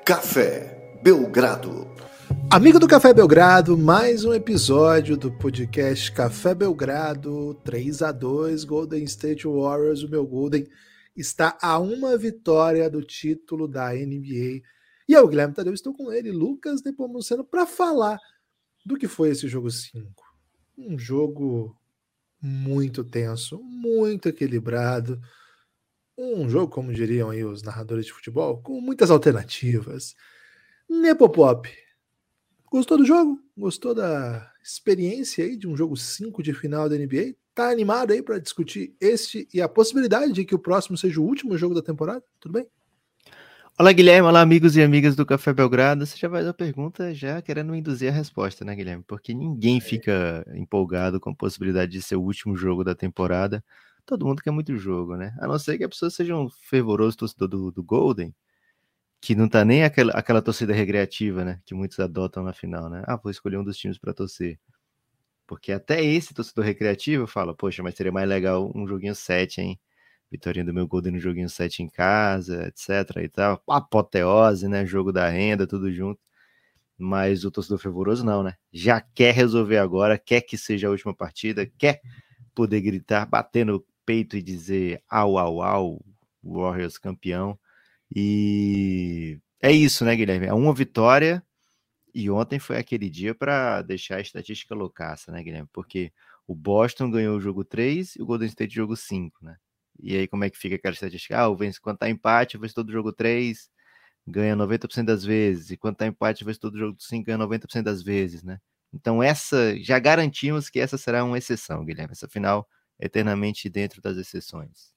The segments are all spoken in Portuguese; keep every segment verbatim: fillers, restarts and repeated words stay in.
Café Belgrado. Amigo do Café Belgrado, mais um episódio do podcast Café Belgrado, três a dois, Golden State Warriors. O meu Golden está a uma vitória do título da N B A. E eu, Guilherme Tadeu, estou com ele, Lucas Nepomuceno, para falar do que foi esse jogo cinco. Um jogo muito tenso, muito equilibrado. Um jogo, como diriam aí os narradores de futebol, com muitas alternativas. Nepopop, gostou do jogo? Gostou da experiência aí de um jogo cinco de final da N B A? Tá animado aí para discutir este e a possibilidade de que o próximo seja o último jogo da temporada? Tudo bem? Olá, Guilherme. Olá, amigos e amigas do Café Belgrado. Você já vai dar a pergunta já querendo induzir a resposta, né, Guilherme? Porque ninguém fica empolgado com a possibilidade de ser o último jogo da temporada. Todo mundo quer muito jogo, né? A não ser que a pessoa seja um fervoroso torcedor do, do Golden, que não tá nem aquela, aquela torcida recreativa, né? Que muitos adotam na final, né? Ah, vou escolher um dos times para torcer. Porque até esse torcedor recreativo fala, poxa, mas seria mais legal um joguinho sete, hein? Vitória do meu Golden no joguinho sete em casa, etc e tal. Apoteose, né? Jogo da renda, tudo junto. Mas o torcedor fervoroso não, né? Já quer resolver agora, quer que seja a última partida, quer poder gritar, bater no peito e dizer au, au, au, Warriors campeão. E é isso, né, Guilherme? É uma vitória e ontem foi aquele dia para deixar a estatística loucaça, né, Guilherme? Porque o Boston ganhou o jogo três e o Golden State jogo cinco, né? E aí como é que fica aquela estatística? Ah, o vence quando tá empate, vence todo jogo três, ganha noventa por cento das vezes, e quando tá empate, vence todo jogo cinco, ganha noventa por cento das vezes, né? Então essa, já garantimos que essa será uma exceção, Guilherme. Essa final eternamente dentro das exceções.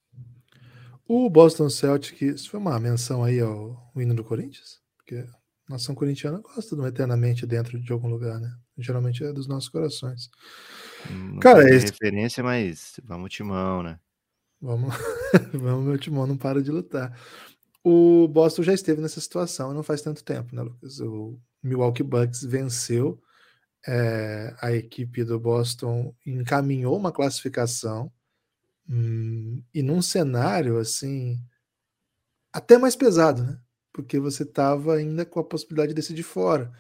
O Boston Celtics, foi uma menção aí ao hino do Corinthians? Porque a nação corintiana gosta do eternamente dentro de algum lugar, né? Geralmente é dos nossos corações. Não Cara, tem esse... referência, mas vamos timão, né? Vamos, vamos, meu timão não para de lutar. O Boston já esteve nessa situação não faz tanto tempo, né, Lucas? O Milwaukee Bucks venceu, é, a equipe do Boston encaminhou uma classificação hum, e num cenário assim até mais pesado, né? Porque você estava ainda com a possibilidade de decidir fora.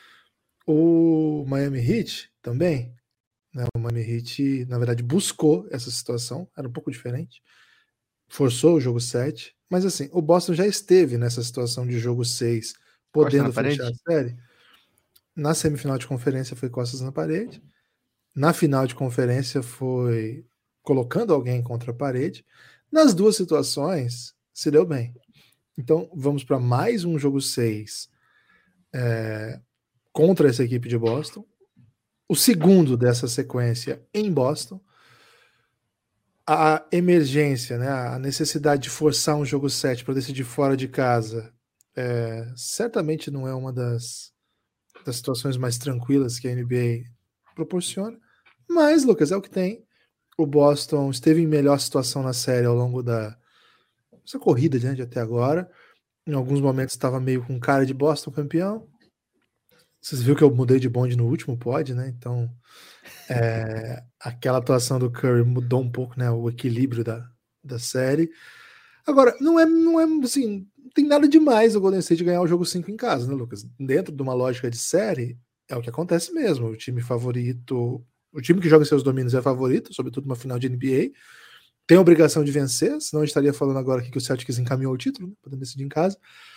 O Miami Heat também, né? O Miami Heat, na verdade, buscou essa situação, era um pouco diferente, forçou o jogo sete, mas assim, o Boston já esteve nessa situação de jogo seis, podendo fechar a série. Na semifinal de conferência foi costas na parede, na final de conferência foi colocando alguém contra a parede. Nas duas situações, se deu bem. Então, vamos para mais um jogo seis é, contra essa equipe de Boston. O segundo dessa sequência em Boston. A emergência, né, a necessidade de forçar um jogo sete para decidir fora de casa, é, certamente não é uma das, das situações mais tranquilas que a N B A proporciona. Mas, Lucas, é o que tem. O Boston esteve em melhor situação na série ao longo da essa corrida, né, de até agora. Em alguns momentos estava meio com cara de Boston campeão. Vocês viram que eu mudei de bonde no último pod, né? Então, é, aquela atuação do Curry mudou um pouco, né, o equilíbrio da, da série. Agora, não é, não é assim, não tem nada demais o Golden State ganhar o jogo cinco em casa, né, Lucas? Dentro de uma lógica de série, é o que acontece mesmo. O time favorito, o time que joga seus domínios é favorito, sobretudo uma final de N B A. Tem a obrigação de vencer, senão a gente estaria falando agora aqui que o Celtics encaminhou o título, né, podendo decidir em casa.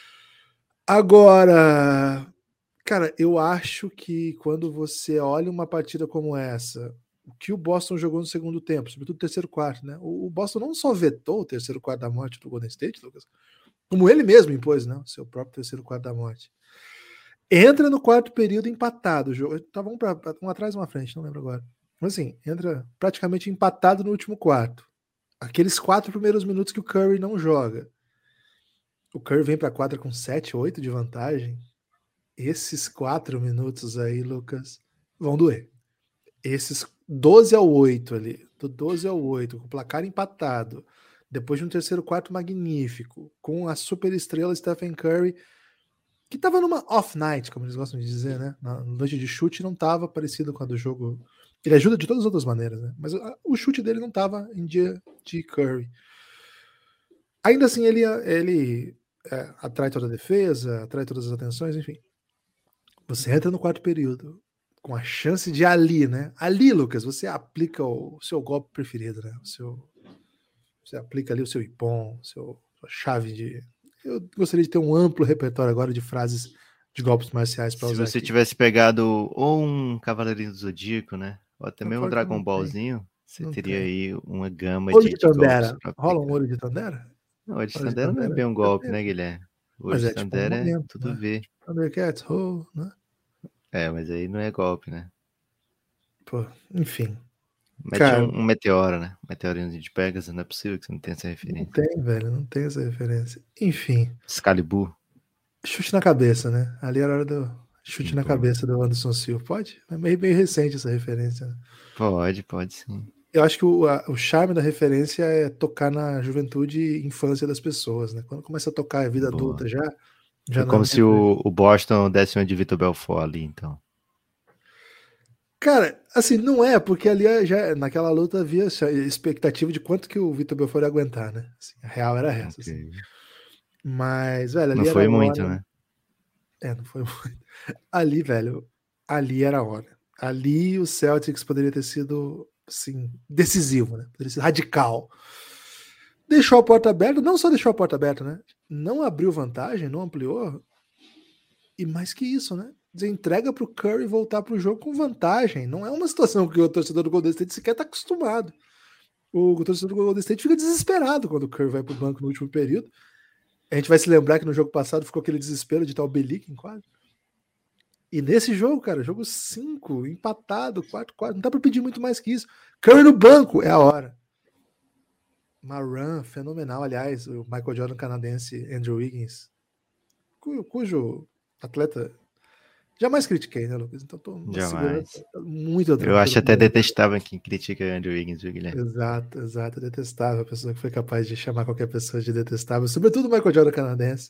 Agora, cara, eu acho que quando você olha uma partida como essa, o que o Boston jogou no segundo tempo, sobretudo no terceiro quarto, né? O Boston não só vetou o terceiro quarto da morte do Golden State, Lucas, como ele mesmo impôs, né? O seu próprio terceiro quarto da morte. Entra no quarto período empatado. O jogo tava um, pra, um atrás, um à frente, não lembro agora. Mas assim, entra praticamente empatado no último quarto. Aqueles quatro primeiros minutos que o Curry não joga. O Curry vem para a quadra com sete, oito de vantagem. Esses quatro minutos aí, Lucas, vão doer. Esses doze ao oito ali, do doze ao oito, com o placar empatado, depois de um terceiro quarto magnífico, com a super estrela Stephen Curry, que estava numa off night, como eles gostam de dizer, né? Na noite de chute não estava parecido com a do jogo. Ele ajuda de todas as outras maneiras, né? Mas o chute dele não estava em dia de Curry. Ainda assim, ele, ele é, atrai toda a defesa, atrai todas as atenções, enfim. Você entra no quarto período com a chance de ali, né? Ali, Lucas, você aplica o seu golpe preferido, né? O seu, você aplica ali o seu ipom, seu, sua chave de... Eu gostaria de ter um amplo repertório agora de frases de golpes marciais para Se usar você aqui. tivesse pegado ou um Cavaleirinho do Zodíaco, né? Ou até Não mesmo um pode que eu Dragon não tenho. Ballzinho, você Não teria tem. aí uma gama Olho de, de de golpes Tandera. para Rola um aplicar. olho de Tandera? Não, olho de Olho de Tandera não é Tandera? bem um golpe, né, Guilherme? Olho Mas de é tipo um Tandera é momento, tudo né? ver. Thundercats, oh, né? É, mas aí não é golpe, né? Pô, enfim. Mete Cara, um, um meteoro, né? Um meteorinho de Pegasus, não é possível que você não tenha essa não referência. tem, velho, não tem essa referência. Enfim, Excalibur. chute na cabeça, né? Ali era a hora do chute Hum, na pô. cabeça do Anderson Silva. Pode? É meio, meio recente essa referência, né? Pode, pode sim. Eu acho que o, a- o charme da referência é tocar na juventude e infância das pessoas, né? Quando começa a tocar a vida Boa. adulta já, já Foi não é como muito se diferente. o, o Boston desse uma de Vitor Belfort ali, então. Cara, assim, não é, porque ali é- já naquela luta havia essa expectativa de quanto que o Vitor Belfort ia aguentar, né? Assim, a real era essa, assim. Ok. Mas, velho, Não ali era a foi muito, hora. né? É, não foi muito. Ali, velho, ali era a hora. Ali o Celtics poderia ter sido, assim, decisivo, né? Poderia ser radical. Deixou a porta aberta, não só deixou a porta aberta, né? Não abriu vantagem, não ampliou. E mais que isso, né? Entrega para o Curry voltar para o jogo com vantagem. Não é uma situação que o torcedor do Golden State sequer está acostumado. O torcedor do Golden State fica desesperado quando o Curry vai para o banco no último período. A gente vai se lembrar que no jogo passado ficou aquele desespero de estar o Belic em quadro. E nesse jogo, cara, jogo cinco, empatado, quatro quatro, não dá para pedir muito mais que isso. Curry no banco, é a hora. Uma run fenomenal, aliás, o Michael Jordan canadense Andrew Wiggins, cujo, cujo atleta jamais critiquei, né, Lucas? Então tô numa Jamais. segurança muito Eu acho tranquila. até detestável quem critica Andrew Wiggins, viu, Guilherme? Exato, exato, detestável. A pessoa que foi capaz de chamar qualquer pessoa de detestável, sobretudo o Michael Jordan canadense.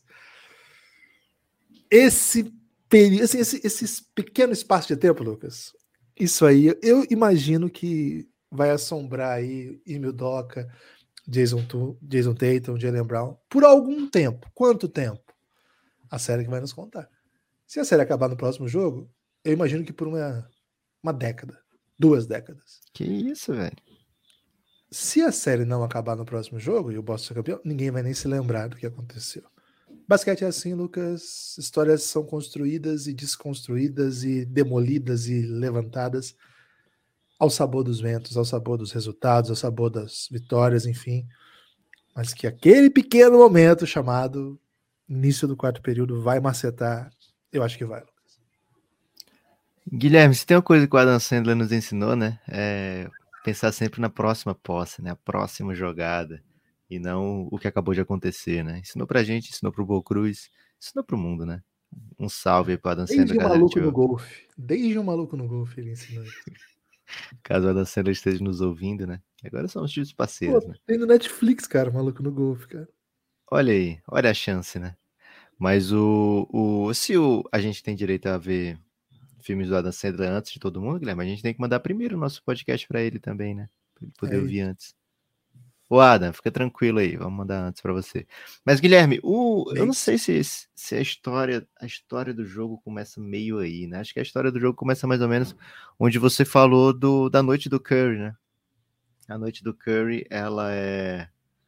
Esse período, assim, esse, esse pequeno espaço de tempo, Lucas, isso aí, eu imagino que vai assombrar aí Emil Doca, Jason, Jason Tatum, Jaylen Brown, por algum tempo. Quanto tempo? A série que vai nos contar. Se a série acabar no próximo jogo, eu imagino que por uma, uma década, duas décadas. Que isso, velho? Se a série não acabar no próximo jogo e o Boston ser campeão, ninguém vai nem se lembrar do que aconteceu. Basquete é assim, Lucas. Histórias são construídas e desconstruídas e demolidas e levantadas ao sabor dos ventos, ao sabor dos resultados, ao sabor das vitórias, enfim. Mas que aquele pequeno momento chamado início do quarto período vai macetar, eu acho que vai, Lucas. Guilherme, se tem uma coisa que o Adam Sandler nos ensinou, né? É pensar sempre na próxima posse, né? A próxima jogada. E não o que acabou de acontecer, né? Ensinou pra gente, ensinou pro Bo Cruz, ensinou pro mundo, né? Um salve aí pro Adam Sandler, Desde o caso ele maluco no estiver- golfe. Desde o maluco no golfe ele ensinou isso. caso o Adam Sandler esteja nos ouvindo, né? Agora são os tios Pô, parceiros, né? tem no Netflix, cara, maluco no golfe, cara. Olha aí, olha a chance, né? Mas o, o se o, a gente tem direito a ver filmes do Adam Sandler antes de todo mundo, Guilherme, a gente tem que mandar primeiro o nosso podcast pra ele também, né? Pra ele poder É ouvir isso. antes. Ô, Adam, fica tranquilo aí, vamos mandar antes pra você. Mas, Guilherme, o, eu não sei se, se a história a história do jogo começa meio aí, né? Acho que a história do jogo começa mais ou menos onde você falou do, da noite do Curry, né? A noite do Curry, ela é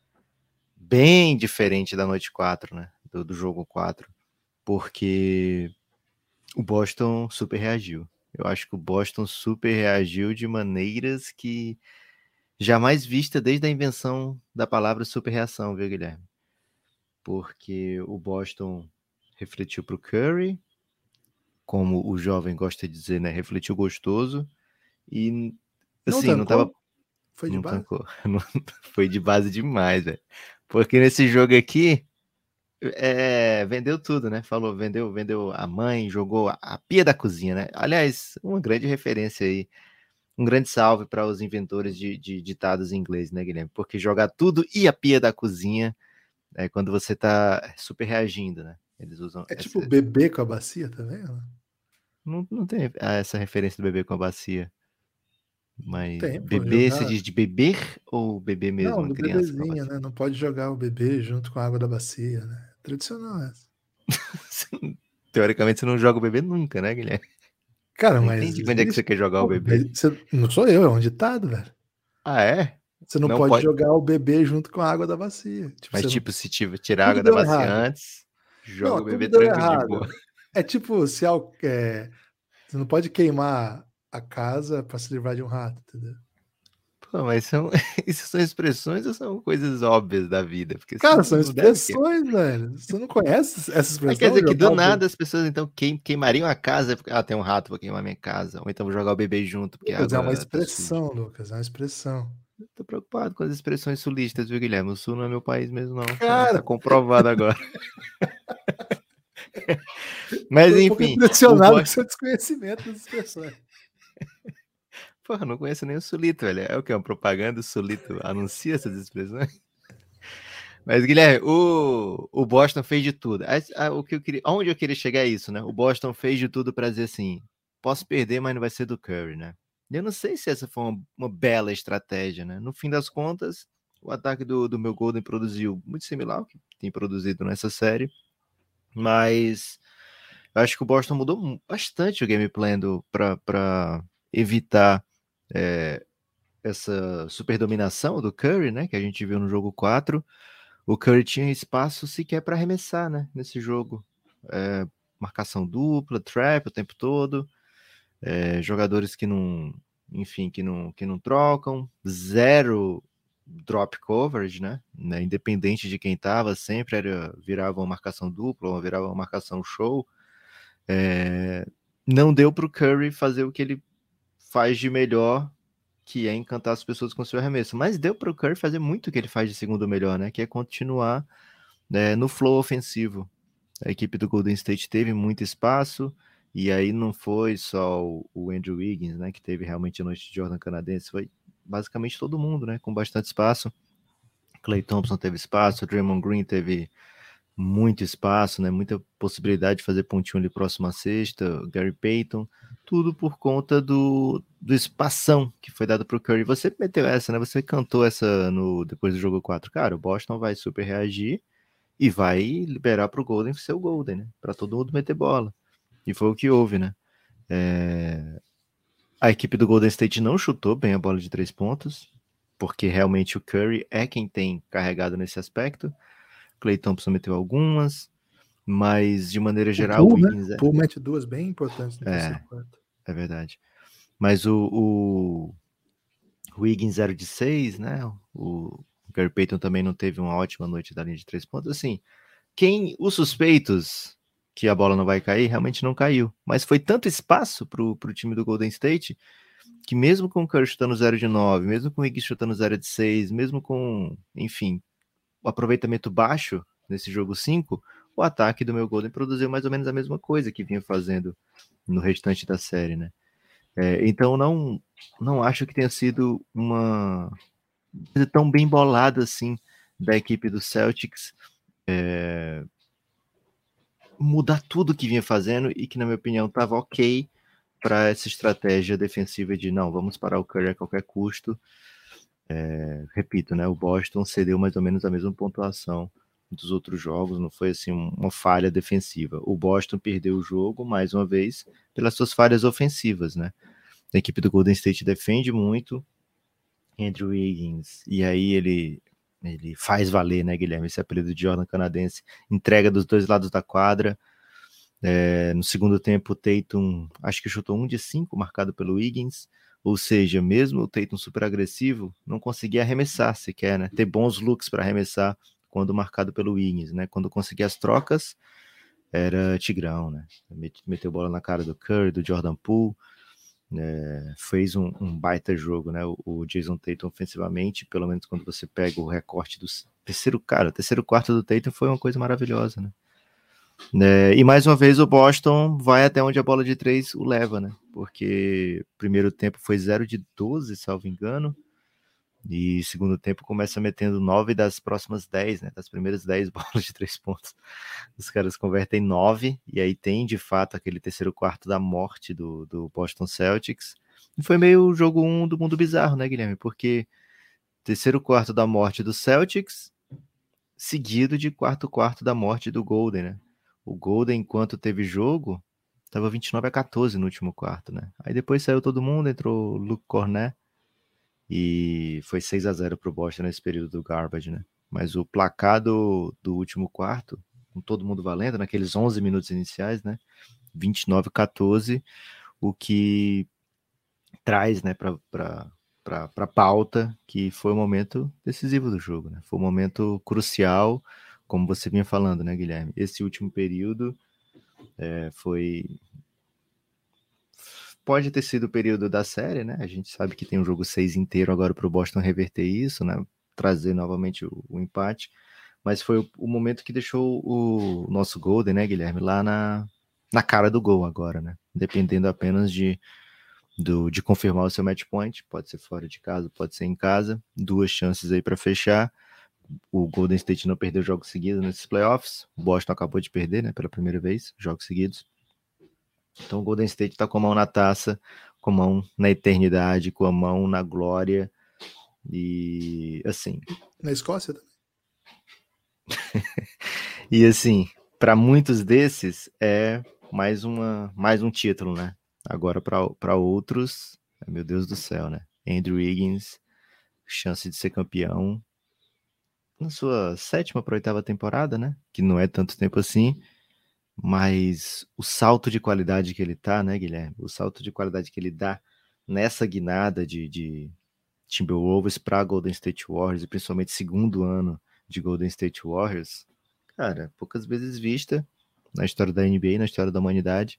bem diferente da noite quatro, né? Do, do jogo quatro, porque o Boston super reagiu. Eu acho que o Boston super reagiu de maneiras que jamais vista desde a invenção da palavra superreação, viu, Guilherme? Porque o Boston refletiu para o Curry, como o jovem gosta de dizer, né? Refletiu gostoso e, Não assim, não tava... tancou? Foi de Não base? tancou. Não, foi de base demais, velho. Porque nesse jogo aqui, é, vendeu tudo, né? Falou, vendeu, vendeu a mãe, jogou a, a pia da cozinha, né? Aliás, uma grande referência aí. Um grande salve para os inventores de, de ditados em inglês, né, Guilherme? Porque jogar tudo e a pia da cozinha é quando você tá super reagindo, né? Eles usam É essa... tipo bebê com a bacia também? Ó. Não, não tem essa referência do bebê com a bacia. Mas Tem, pô, bebê, você jogar. diz de beber ou bebê mesmo, Não, uma do criança com a bebezinho, bacia? né? Não pode jogar o bebê junto com a água da bacia, né? tradicional essa. Teoricamente você não joga o bebê nunca, né, Guilherme? Cara, não mas entendi quando é que você quer jogar o bebê. Você, não sou eu, é um ditado, velho. Ah, é? Você não, não pode, pode jogar o bebê junto com a água da bacia. Tipo, mas tipo, não... se tirar a água da bacia errado. antes, joga não, o bebê tranquilo de boa. É tipo, se é, você não pode queimar a casa para se livrar de um rato, entendeu? Pô, mas são, isso são expressões ou são coisas óbvias da vida? Porque cara, são expressões, velho. Você não conhece essa expressão? Mas quer dizer que do nada as pessoas então queim, queimariam a casa porque ah, tem um rato para queimar minha casa, ou então vou jogar o bebê junto porque Lucas, a água é uma expressão, tá Lucas, é uma expressão. Eu tô preocupado com as expressões sulistas, viu, Guilherme? O Sul não é meu país mesmo, não. Cara... Tá comprovado agora. Mas eu enfim. Eu impressionado Boston... com seu desconhecimento das expressões. Porra, não conheço nem o Sulito, velho. É o que? Uma propaganda? O Sulito anuncia essas expressões? Mas, Guilherme, o, o Boston fez de tudo. A, a, o que eu queria, onde eu queria chegar é isso, né? O Boston fez de tudo para dizer assim: posso perder, mas não vai ser do Curry, né? Eu não sei se essa foi uma, uma bela estratégia, né? No fim das contas, o ataque do, do meu Golden produziu muito similar ao que tem produzido nessa série, mas eu acho que o Boston mudou bastante o game plan para evitar é, essa superdominação do Curry, né? Que a gente viu no jogo quatro. O Curry tinha espaço sequer para arremessar, né? Nesse jogo. É, marcação dupla, trap o tempo todo. É, jogadores que não, enfim, que não, que não trocam. Zero drop coverage, né? né? Independente de quem tava, sempre era, virava uma marcação dupla, ou virava uma marcação show. É, não deu para o Curry fazer o que ele faz de melhor, que é encantar as pessoas com seu arremesso. Mas deu para o Curry fazer muito o que ele faz de segundo melhor, né? Que é continuar né, no flow ofensivo. A equipe do Golden State teve muito espaço, e aí não foi só o Andrew Wiggins, né? Que teve realmente a noite de Jordan canadense, foi basicamente todo mundo, né? Com bastante espaço. Klay Thompson teve espaço, o Draymond Green teve muito espaço, né? Muita possibilidade de fazer pontinho ali próximo à sexta, Gary Payton, tudo por conta do, do espação que foi dado para o Curry. Você meteu essa, né? Você cantou essa no, depois do jogo quatro. Cara, o Boston vai super reagir e vai liberar para o Golden ser o Golden, né? Para todo mundo meter bola. E foi o que houve, né? É... A equipe do Golden State não chutou bem a bola de três pontos, porque realmente o Curry é quem tem carregado nesse aspecto. Klay Thompson meteu algumas, mas de maneira geral o Poole, o Wiggins né? é... O Poole mete duas bem importantes no é, terceiro quarto. É verdade. Mas o, o, o Wiggins zero de seis, né? O Gary Payton também não teve uma ótima noite da linha de três pontos. Assim, quem, os suspeitos que a bola não vai cair, realmente não caiu. Mas foi tanto espaço pro, pro time do Golden State que mesmo com o Curry chutando zero de nove, mesmo com o Wiggins chutando zero de seis, mesmo com, enfim, o aproveitamento baixo nesse jogo cinco, o ataque do meu Golden produziu mais ou menos a mesma coisa que vinha fazendo no restante da série, né? É, então não, não acho que tenha sido uma coisa tão bem bolada assim da equipe do Celtics é, mudar tudo que vinha fazendo e que na minha opinião estava ok para essa estratégia defensiva de não, vamos parar o Curry a qualquer custo. É, repito, né, o Boston cedeu mais ou menos a mesma pontuação dos outros jogos, não foi assim uma falha defensiva. O Boston perdeu o jogo mais uma vez pelas suas falhas ofensivas, né? A equipe do Golden State defende muito, Andrew Wiggins, e aí ele ele faz valer, né, Guilherme, esse apelido de Jordan canadense, entrega dos dois lados da quadra. É, no segundo tempo o Tatum acho que chutou um de cinco, marcado pelo Wiggins, ou seja, mesmo o Tatum super agressivo, não conseguia arremessar sequer, né, ter bons looks para arremessar quando marcado pelo Wiggins, né, quando conseguia as trocas, era tigrão, né, meteu bola na cara do Curry, do Jordan Poole, é, fez um, um baita jogo, né, o, o Jason Tatum ofensivamente, pelo menos quando você pega o recorte do terceiro, cara, o terceiro quarto do Tatum foi uma coisa maravilhosa, né. É, e mais uma vez o Boston vai até onde a bola de três o leva, né? Porque primeiro tempo foi zero de doze, salvo engano, e segundo tempo começa metendo nove das próximas dez, né? Das primeiras dez bolas de três pontos. Os caras convertem nove, e aí tem de fato aquele terceiro quarto da morte do, do Boston Celtics. E foi meio o jogo um do mundo bizarro, né, Guilherme? Porque terceiro quarto da morte do Celtics, seguido de quarto-quarto da morte do Golden, né? O Golden, enquanto teve jogo, tava vinte e nove a quatorze no último quarto, né? Aí depois saiu todo mundo, entrou o Luke Cornet e foi seis a zero pro Boston nesse período do Garbage, né? Mas o placar do, do último quarto, com todo mundo valendo, naqueles onze minutos iniciais, né? vinte e nove a quatorze, o que traz, né, para para pauta que foi o momento decisivo do jogo, né? Foi um momento crucial, como você vinha falando, né, Guilherme? Esse último período é, foi... Pode ter sido o período da série, né? A gente sabe que tem um jogo seis inteiro agora para o Boston reverter isso, né? Trazer novamente o, o empate. Mas foi o, o momento que deixou o nosso Golden, né, Guilherme? Lá na, na cara do gol agora, né? Dependendo apenas de, do, de confirmar o seu match point. Pode ser fora de casa, pode ser em casa. Duas chances aí para fechar. O Golden State não perdeu jogos seguidos nesses playoffs. O Boston acabou de perder, né? Pela primeira vez, jogos seguidos. Então o Golden State está com a mão na taça, com a mão na eternidade, com a mão na glória. E assim... Na Escócia também. E assim, para muitos desses é mais, uma, mais um título, né? Agora para outros, meu Deus do céu, né? Andrew Wiggins, chance de ser campeão na sua sétima para oitava temporada, né? Que não é tanto tempo assim, mas o salto de qualidade que ele tá, né, Guilherme? O salto de qualidade que ele dá nessa guinada de, de Timberwolves para Golden State Warriors, e principalmente segundo ano de Golden State Warriors, cara, poucas vezes vista na história da N B A, na história da humanidade.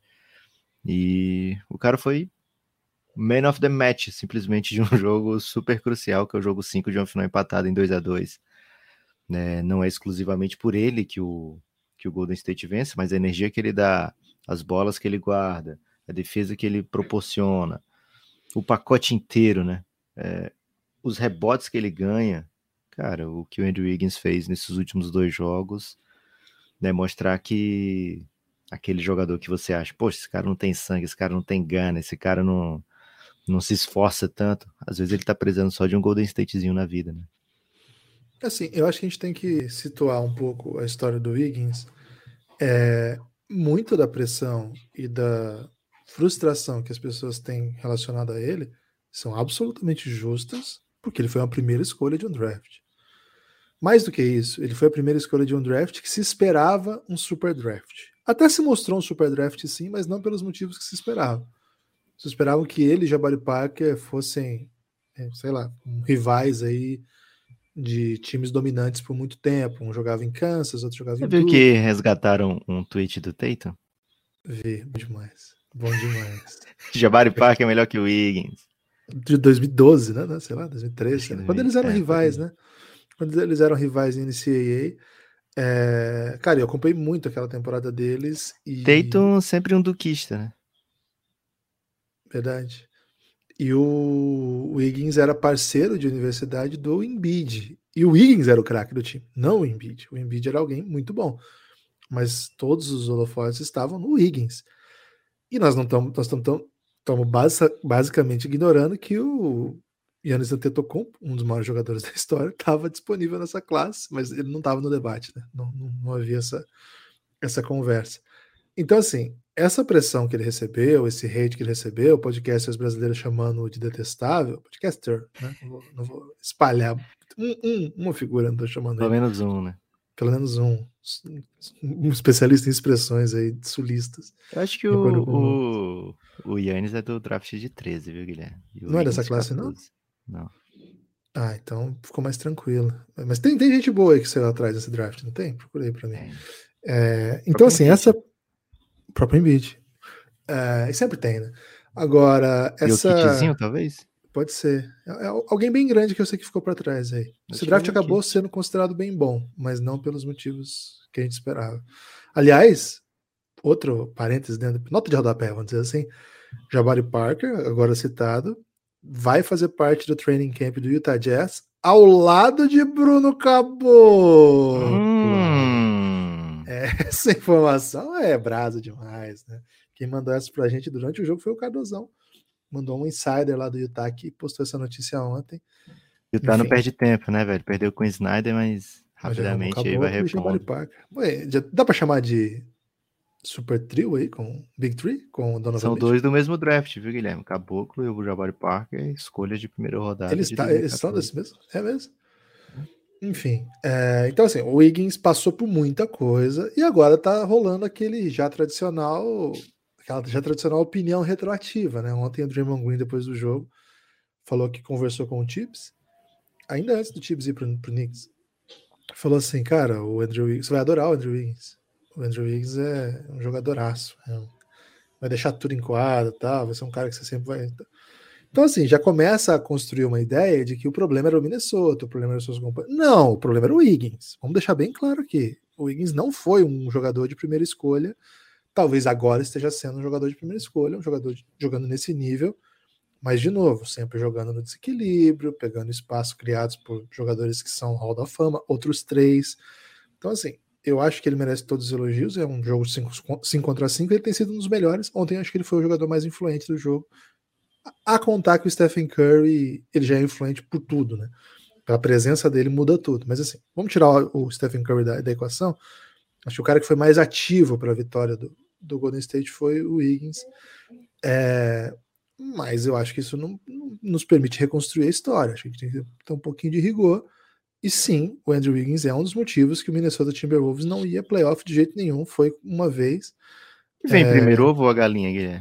E o cara foi man of the match, simplesmente, de um jogo super crucial, que é o jogo cinco de uma final empatada em dois a dois. É, não é exclusivamente por ele que o, que o Golden State vence, mas a energia que ele dá, as bolas que ele guarda, a defesa que ele proporciona, o pacote inteiro, né? É, os rebotes que ele ganha, cara, o que o Andrew Wiggins fez nesses últimos dois jogos, né, mostrar que aquele jogador que você acha, poxa, esse cara não tem sangue, esse cara não tem gana, esse cara não, não se esforça tanto, às vezes ele tá precisando só de um Golden Statezinho na vida, né? Assim, eu acho que a gente tem que situar um pouco a história do Wiggins. É, muito da pressão e da frustração que as pessoas têm relacionada a ele são absolutamente justas, porque ele foi a primeira escolha de um draft. Mais do que isso, ele foi a primeira escolha de um draft que se esperava um super draft. Até se mostrou um super draft, sim, mas não pelos motivos que se esperava. Se esperavam que ele e Jabari Parker fossem, sei lá, rivais aí de times dominantes por muito tempo. Um jogava em Kansas, outro jogava Você em viu Duke. que resgataram um tweet do Tatum? Vi, bom demais. Bom demais. Jabari Parker é melhor que o Wiggins. De dois mil e doze, né? Sei lá, dois mil e treze. Né? Quando eles eram é, rivais, né? Quando eles eram rivais em N C A A. É... Cara, eu acompanhei muito aquela temporada deles. E... Tatum sempre um duquista, né? Verdade. E o Wiggins era parceiro de universidade do Embiid. E o Wiggins era o craque do time, não o Embiid. O Embiid era alguém muito bom. Mas todos os holofotes estavam no Wiggins. E nós não estamos, nós estamos basic, basicamente ignorando que o Giannis Antetokounmpo, um dos maiores jogadores da história, estava disponível nessa classe, mas ele não estava no debate, né? Não, não, não havia essa, essa conversa. Então, assim, essa pressão que ele recebeu, esse hate que ele recebeu, podcasters brasileiros chamando de detestável, podcaster, né? Não vou, não vou espalhar um, um, uma figura, não estou chamando Pelo ele. menos um, né? Pelo menos um, um especialista em expressões aí sulistas. Eu acho que o, o, o Giannis é do draft de treze, viu, Guilherme? Não é dessa classe, catorze. não? Não. Ah, então ficou mais tranquilo. Mas tem, tem gente boa aí que saiu atrás desse draft, não tem? Procurei pra mim. É, então, assim, Embiid. essa... O próprio Embiid. É, sempre tem, né? Agora, essa... E o kitzinho, talvez? Pode ser. É, é alguém bem grande que eu sei que ficou para trás aí. Esse draft acabou kit. sendo considerado bem bom, mas não pelos motivos que a gente esperava. Aliás, outro parênteses dentro, nota de rodapé, vamos dizer assim, Jabari Parker, agora citado, vai fazer parte do training camp do Utah Jazz ao lado de Bruno Caboclo. Hum. Essa informação é brasa demais, né? Quem mandou essa pra gente durante o jogo foi o Cardozão. Mandou um insider lá do Utah que postou essa notícia ontem. Utah Enfim. Não perde tempo, né, velho? Perdeu com o Snyder, mas Rapidamente aí vai repondo. Ué, já dá pra chamar de Super Trio aí, com Big Three, com o Donovan São Mitchell? dois do mesmo draft, viu, Guilherme? Caboclo e o Jabari Parker, escolhas de primeira rodada. Eles, de tá, eles são dois mil e quatorze. desse mesmo? É mesmo? Enfim, é, então assim, o Wiggins passou por muita coisa e agora tá rolando aquele já tradicional, aquela já tradicional opinião retroativa, né? Ontem o Draymond Green, depois do jogo, falou que conversou com o Tibbs, ainda antes do Tibbs ir pro, pro Knicks, falou assim, cara, o Andrew Wiggins, você vai adorar o Andrew Wiggins. O Andrew Wiggins é um jogadoraço, é um, vai deixar tudo em quadra, tá? Vai ser um cara que você sempre vai... Então, assim, já começa a construir uma ideia de que o problema era o Minnesota, o problema era os seus companheiros. Não, o problema era o Wiggins. Vamos deixar bem claro aqui. O Wiggins não foi um jogador de primeira escolha. Talvez agora esteja sendo um jogador de primeira escolha, um jogador de, jogando nesse nível. Mas, de novo, sempre jogando no desequilíbrio, pegando espaço criados por jogadores que são Hall da Fama, outros três. Então, assim, eu acho que ele merece todos os elogios. É um jogo cinco contra cinco, ele tem sido um dos melhores. Ontem acho que ele foi o jogador mais influente do jogo. A contar que o Stephen Curry ele já é influente por tudo, né? A presença dele muda tudo. Mas assim, vamos tirar o Stephen Curry da, da equação. Acho que o cara que foi mais ativo para a vitória do, do Golden State foi o Wiggins. É, mas eu acho que isso não, não nos permite reconstruir a história. Acho que a gente tem que ter um pouquinho de rigor. E sim, o Andrew Wiggins é um dos motivos que o Minnesota Timberwolves não ia playoff de jeito nenhum. Foi uma vez. E vem é... primeiro ovo ou a galinha, Guilherme?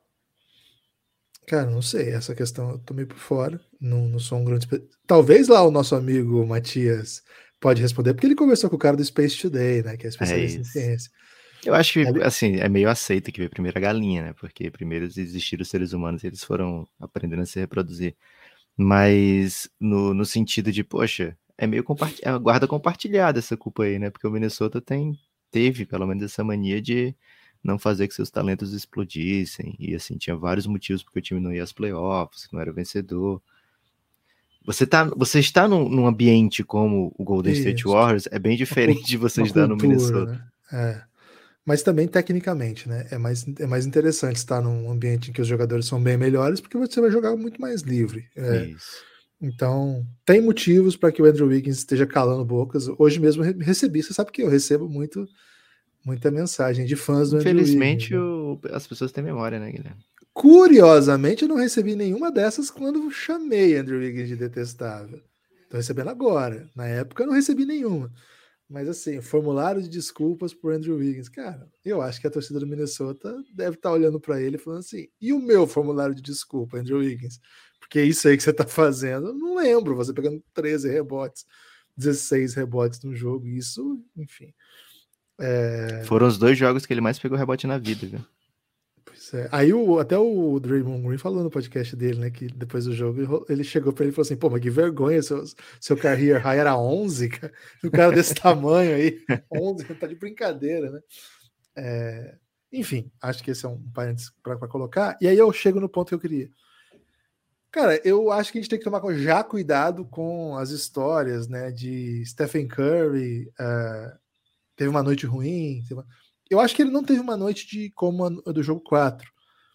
Cara, não sei, essa questão eu tô meio por fora, não, não sou um grande... Talvez lá o nosso amigo Matias pode responder, porque ele conversou com o cara do Space Today, né, que é especialista É em ciência. Eu acho que, Ele... assim, é meio aceito que veio primeiro a galinha, né, porque primeiro existiram os seres humanos e eles foram aprendendo a se reproduzir. Mas no, no sentido de, poxa, é meio compartilhado, é uma guarda compartilhada essa culpa aí, né, porque o Minnesota tem, teve, pelo menos, essa mania de não fazer que seus talentos explodissem, e assim, tinha vários motivos porque o time não ia às playoffs, não era vencedor. Você, tá, você está num, num ambiente como o Golden Isso. State Warriors, é bem diferente de você estar no Minnesota. Né? É. Mas também tecnicamente, né? É mais, é mais interessante estar num ambiente em que os jogadores são bem melhores, porque você vai jogar muito mais livre. É. Isso. Então, tem motivos para que o Andrew Wiggins esteja calando bocas. Hoje mesmo eu recebi, você sabe que eu recebo muito muita mensagem de fãs do Andrew Wiggins. Infelizmente, o, as pessoas têm memória, né, Guilherme? Curiosamente, eu não recebi nenhuma dessas quando chamei Andrew Wiggins de detestável. Tô recebendo agora. Na época, eu não recebi nenhuma. Mas, assim, formulário de desculpas por Andrew Wiggins. Cara, eu acho que a torcida do Minnesota deve estar olhando para ele e falando assim, e o meu formulário de desculpa, Andrew Wiggins? Porque isso aí que você tá fazendo, eu não lembro. Você pegando treze rebotes, dezesseis rebotes no jogo. Isso, enfim... É... Foram os dois jogos que ele mais pegou rebote na vida, viu? Pois é. Aí o, até o Draymond Green falou no podcast dele, né, que depois do jogo ele chegou pra ele e falou assim, pô, mas que vergonha, seu, seu career high era onze, cara. O cara desse tamanho aí, onze, tá de brincadeira, né? É... Enfim, acho que esse é um parênteses pra, pra colocar. E aí eu chego no ponto que eu queria. Cara, eu acho que a gente tem que tomar já cuidado com as histórias, né, de Stephen Curry, uh, teve uma noite ruim. Uma... Eu acho que ele não teve uma noite de como a do jogo quatro.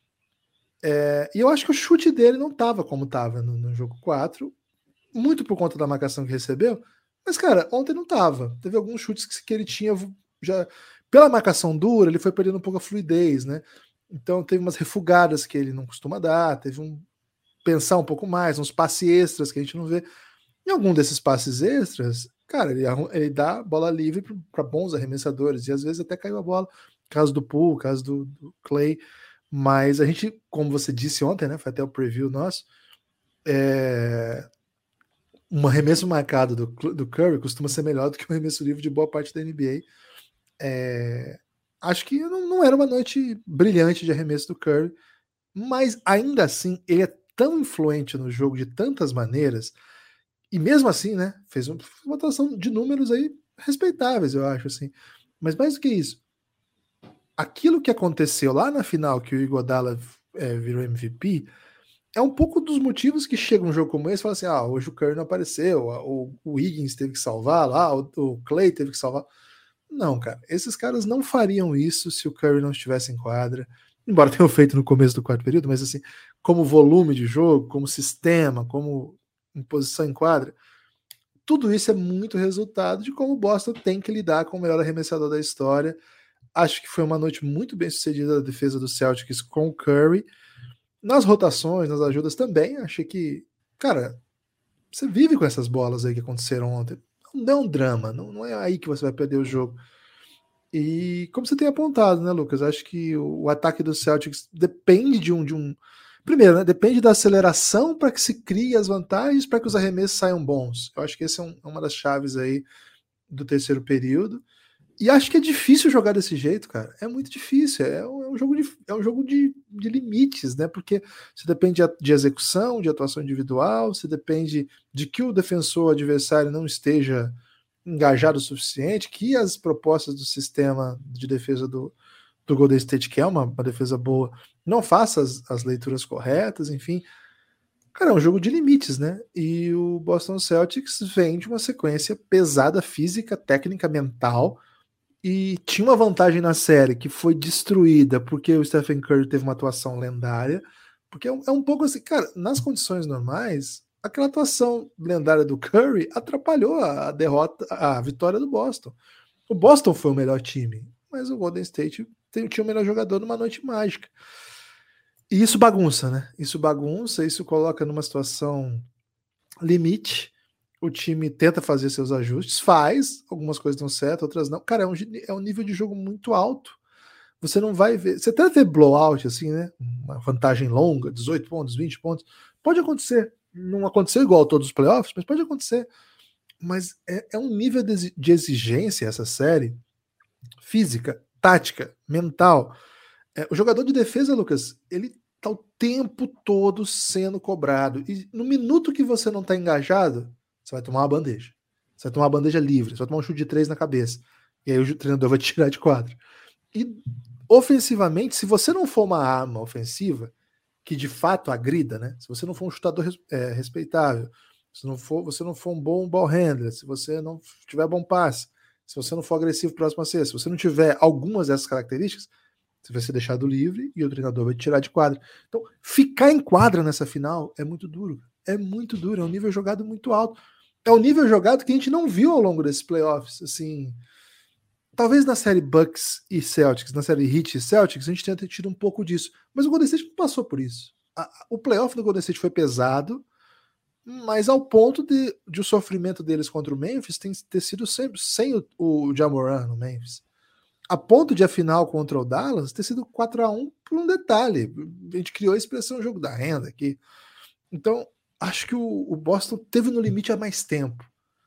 É, e eu acho que o chute dele não estava como estava no, no jogo quatro, muito por conta da marcação que recebeu. Mas, cara, ontem não estava. Teve alguns chutes que, que ele tinha já. Pela marcação dura, ele foi perdendo um pouco a fluidez, né? Então teve umas refugadas que ele não costuma dar, teve um pensar um pouco mais, uns passes extras que a gente não vê. Em algum desses passes extras, cara, ele, ele dá bola livre para bons arremessadores, e às vezes até caiu a bola, caso do Poole, caso do, do Clay, mas a gente, como você disse ontem, né, foi até o preview nosso, é, um arremesso marcado do, do Curry costuma ser melhor do que um arremesso livre de boa parte da N B A. É, acho que não, não era uma noite brilhante de arremesso do Curry, mas ainda assim ele é tão influente no jogo de tantas maneiras. E mesmo assim, né, fez uma atuação de números aí respeitáveis, eu acho, assim. Mas mais do que isso, aquilo que aconteceu lá na final, que o Iguodala é, virou M V P, é um pouco dos motivos que chega um jogo como esse e fala assim, ah, hoje o Curry não apareceu, o, o Wiggins teve que salvar lá, o, o Clay teve que salvar. Não, cara, esses caras não fariam isso se o Curry não estivesse em quadra, embora tenham feito no começo do quarto período, mas assim, como volume de jogo, como sistema, como em posição em quadra, tudo isso é muito resultado de como o Boston tem que lidar com o melhor arremessador da história. Acho que foi uma noite muito bem sucedida da defesa do Celtics com o Curry. Nas rotações, nas ajudas também, achei que, cara, você vive com essas bolas aí que aconteceram ontem. Não é um drama, não, não é aí que você vai perder o jogo. E como você tem apontado, né, Lucas? Acho que o, o ataque do Celtics depende de um... De um primeiro, né, depende da aceleração para que se crie as vantagens para que os arremessos saiam bons. Eu acho que essa é um, uma das chaves aí do terceiro período. E acho que é difícil jogar desse jeito, cara. É muito difícil. É um, é um jogo, de, é um jogo de, de limites, né? Porque você depende de, de execução, de atuação individual, você depende de que o defensor adversário não esteja engajado o suficiente, que as propostas do sistema de defesa do, do Golden State, que é uma, uma defesa boa, não faça as, as leituras corretas, enfim. Cara, é um jogo de limites, né? E o Boston Celtics vem de uma sequência pesada física, técnica, mental, e tinha uma vantagem na série que foi destruída porque o Stephen Curry teve uma atuação lendária, porque é um, é um pouco assim, cara, nas condições normais, aquela atuação lendária do Curry atrapalhou a derrota, a vitória do Boston. O Boston foi o melhor time, mas o Golden State tem, tinha o melhor jogador numa noite mágica. E isso bagunça, né? Isso bagunça, isso coloca numa situação limite. O time tenta fazer seus ajustes, faz, algumas coisas dão certo, outras não. Cara, é um, é um nível de jogo muito alto. Você não vai ver. Você até vê blowout, assim, né? Uma vantagem longa, dezoito pontos, vinte pontos. Pode acontecer. Não aconteceu igual a todos os playoffs, mas pode acontecer. Mas é, é um nível de, de exigência essa série, física, tática, mental. É, o jogador de defesa, Lucas, ele tá o tempo todo sendo cobrado. E no minuto que você não tá engajado, você vai tomar uma bandeja. Você vai tomar uma bandeja livre, você vai tomar um chute de três na cabeça. E aí o treinador vai te tirar de quadro. E ofensivamente, se você não for uma arma ofensiva, que de fato agrida, né? Se você não for um chutador é, respeitável, se não for, você não for um bom ball handler, se você não tiver bom passe, se você não for agressivo próximo a ser, se você não tiver algumas dessas características, você vai ser deixado livre e o treinador vai te tirar de quadra. Então, ficar em quadra nessa final é muito duro. É muito duro, é um nível jogado muito alto. É um nível jogado que a gente não viu ao longo desses playoffs. Assim, talvez na série Bucks e Celtics, na série Heat e Celtics, a gente tenha tido um pouco disso. Mas o Golden State não passou por isso. A, o playoff do Golden State foi pesado, mas ao ponto de, de o sofrimento deles contra o Memphis tem, ter sido sempre sem o, o Ja Morant no Memphis. A ponto de a final contra o Dallas ter sido quatro a um por um detalhe. A gente criou a expressão jogo da renda aqui. Então, acho que o, o Boston teve no limite há mais tempo.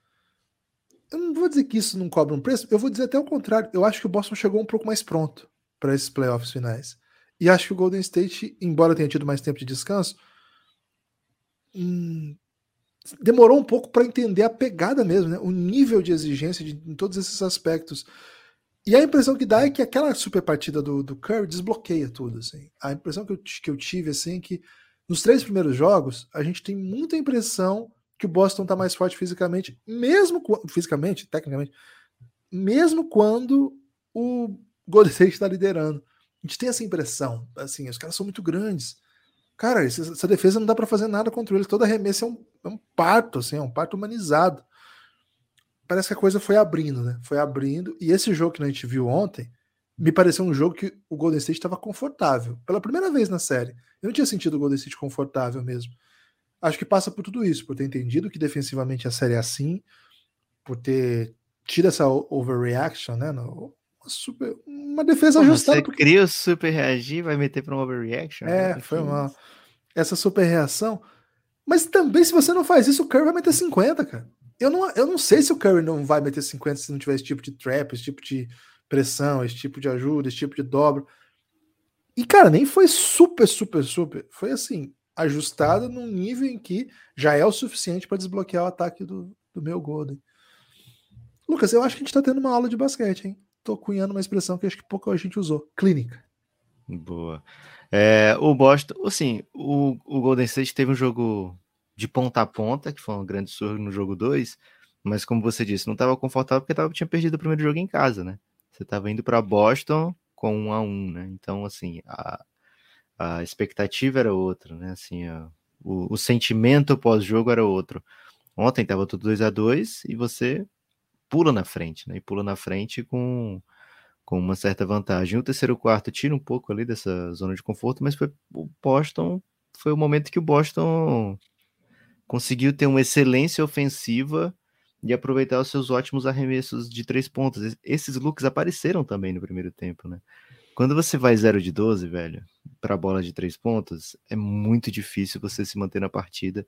Eu não vou dizer que isso não cobra um preço, eu vou dizer até o contrário. Eu acho que o Boston chegou um pouco mais pronto para esses playoffs finais. E acho que o Golden State, embora tenha tido mais tempo de descanso, hum, demorou um pouco para entender a pegada mesmo, né? O nível de exigência de, em todos esses aspectos. E a impressão que dá é que aquela super partida do, do Curry desbloqueia tudo. Assim. A impressão que eu, que eu tive assim, é que nos três primeiros jogos, a gente tem muita impressão que o Boston está mais forte fisicamente, mesmo fisicamente, tecnicamente, mesmo quando o Golden State está liderando. A gente tem essa impressão. Assim, os caras são muito grandes. Cara, essa defesa não dá para fazer nada contra eles. Toda arremesso é um, é um parto, assim, é um parto humanizado. Parece que a coisa foi abrindo, né? Foi abrindo. E esse jogo que a gente viu ontem, me pareceu um jogo que o Golden State estava confortável. Pela primeira vez na série. Eu não tinha sentido o Golden State confortável mesmo. Acho que passa por tudo isso, por ter entendido que defensivamente a série é assim, por ter tido essa overreaction, né? Uma, super, uma defesa Pô, ajustada. Você Porque... cria o super reagir, vai meter para uma overreaction? É, foi uma... Essa super reação. Mas também, se você não faz isso, o Curry vai meter cinquenta, cara. Eu não, eu não sei se o Curry não vai meter cinquenta se não tiver esse tipo de trap, esse tipo de pressão, esse tipo de ajuda, esse tipo de dobro. E, cara, nem foi super, super, super. Foi assim, ajustada num nível em que já é o suficiente para desbloquear o ataque do, do meu Golden. Lucas, eu acho que a gente tá tendo uma aula de basquete, hein? Tô cunhando uma expressão que acho que pouco a gente usou. Clínica. Boa. É, o Boston, assim, o, o Golden State teve um jogo de ponta a ponta, que foi um grande surra no jogo dois, mas como você disse, não estava confortável porque tava, tinha perdido o primeiro jogo em casa, né? Você estava indo para Boston com um a um, né? Então, assim, a, a expectativa era outra, né? Assim, a, o, o sentimento pós-jogo era outro. Ontem estava tudo dois a dois e você pula na frente, né? E pula na frente com, com uma certa vantagem. O terceiro quarto tira um pouco ali dessa zona de conforto, mas foi o Boston, foi o momento que o Boston conseguiu ter uma excelência ofensiva e aproveitar os seus ótimos arremessos de três pontos. Esses looks apareceram também no primeiro tempo, né? Quando você vai zero de doze, velho, para bola de três pontos, é muito difícil você se manter na partida.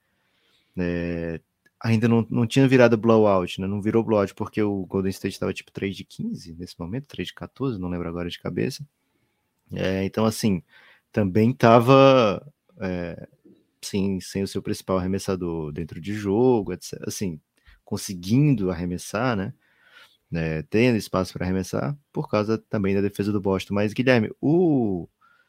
É, ainda não, não tinha virado blowout, né? Não virou blowout porque o Golden State estava tipo três de quinze nesse momento, três de quatorze, não lembro agora de cabeça. É, então, assim, também estava é, sim, sem o seu principal arremessador dentro de jogo, etcétera. Assim, conseguindo arremessar, né? É, tendo espaço para arremessar, por causa também da defesa do Boston. Mas, Guilherme, o,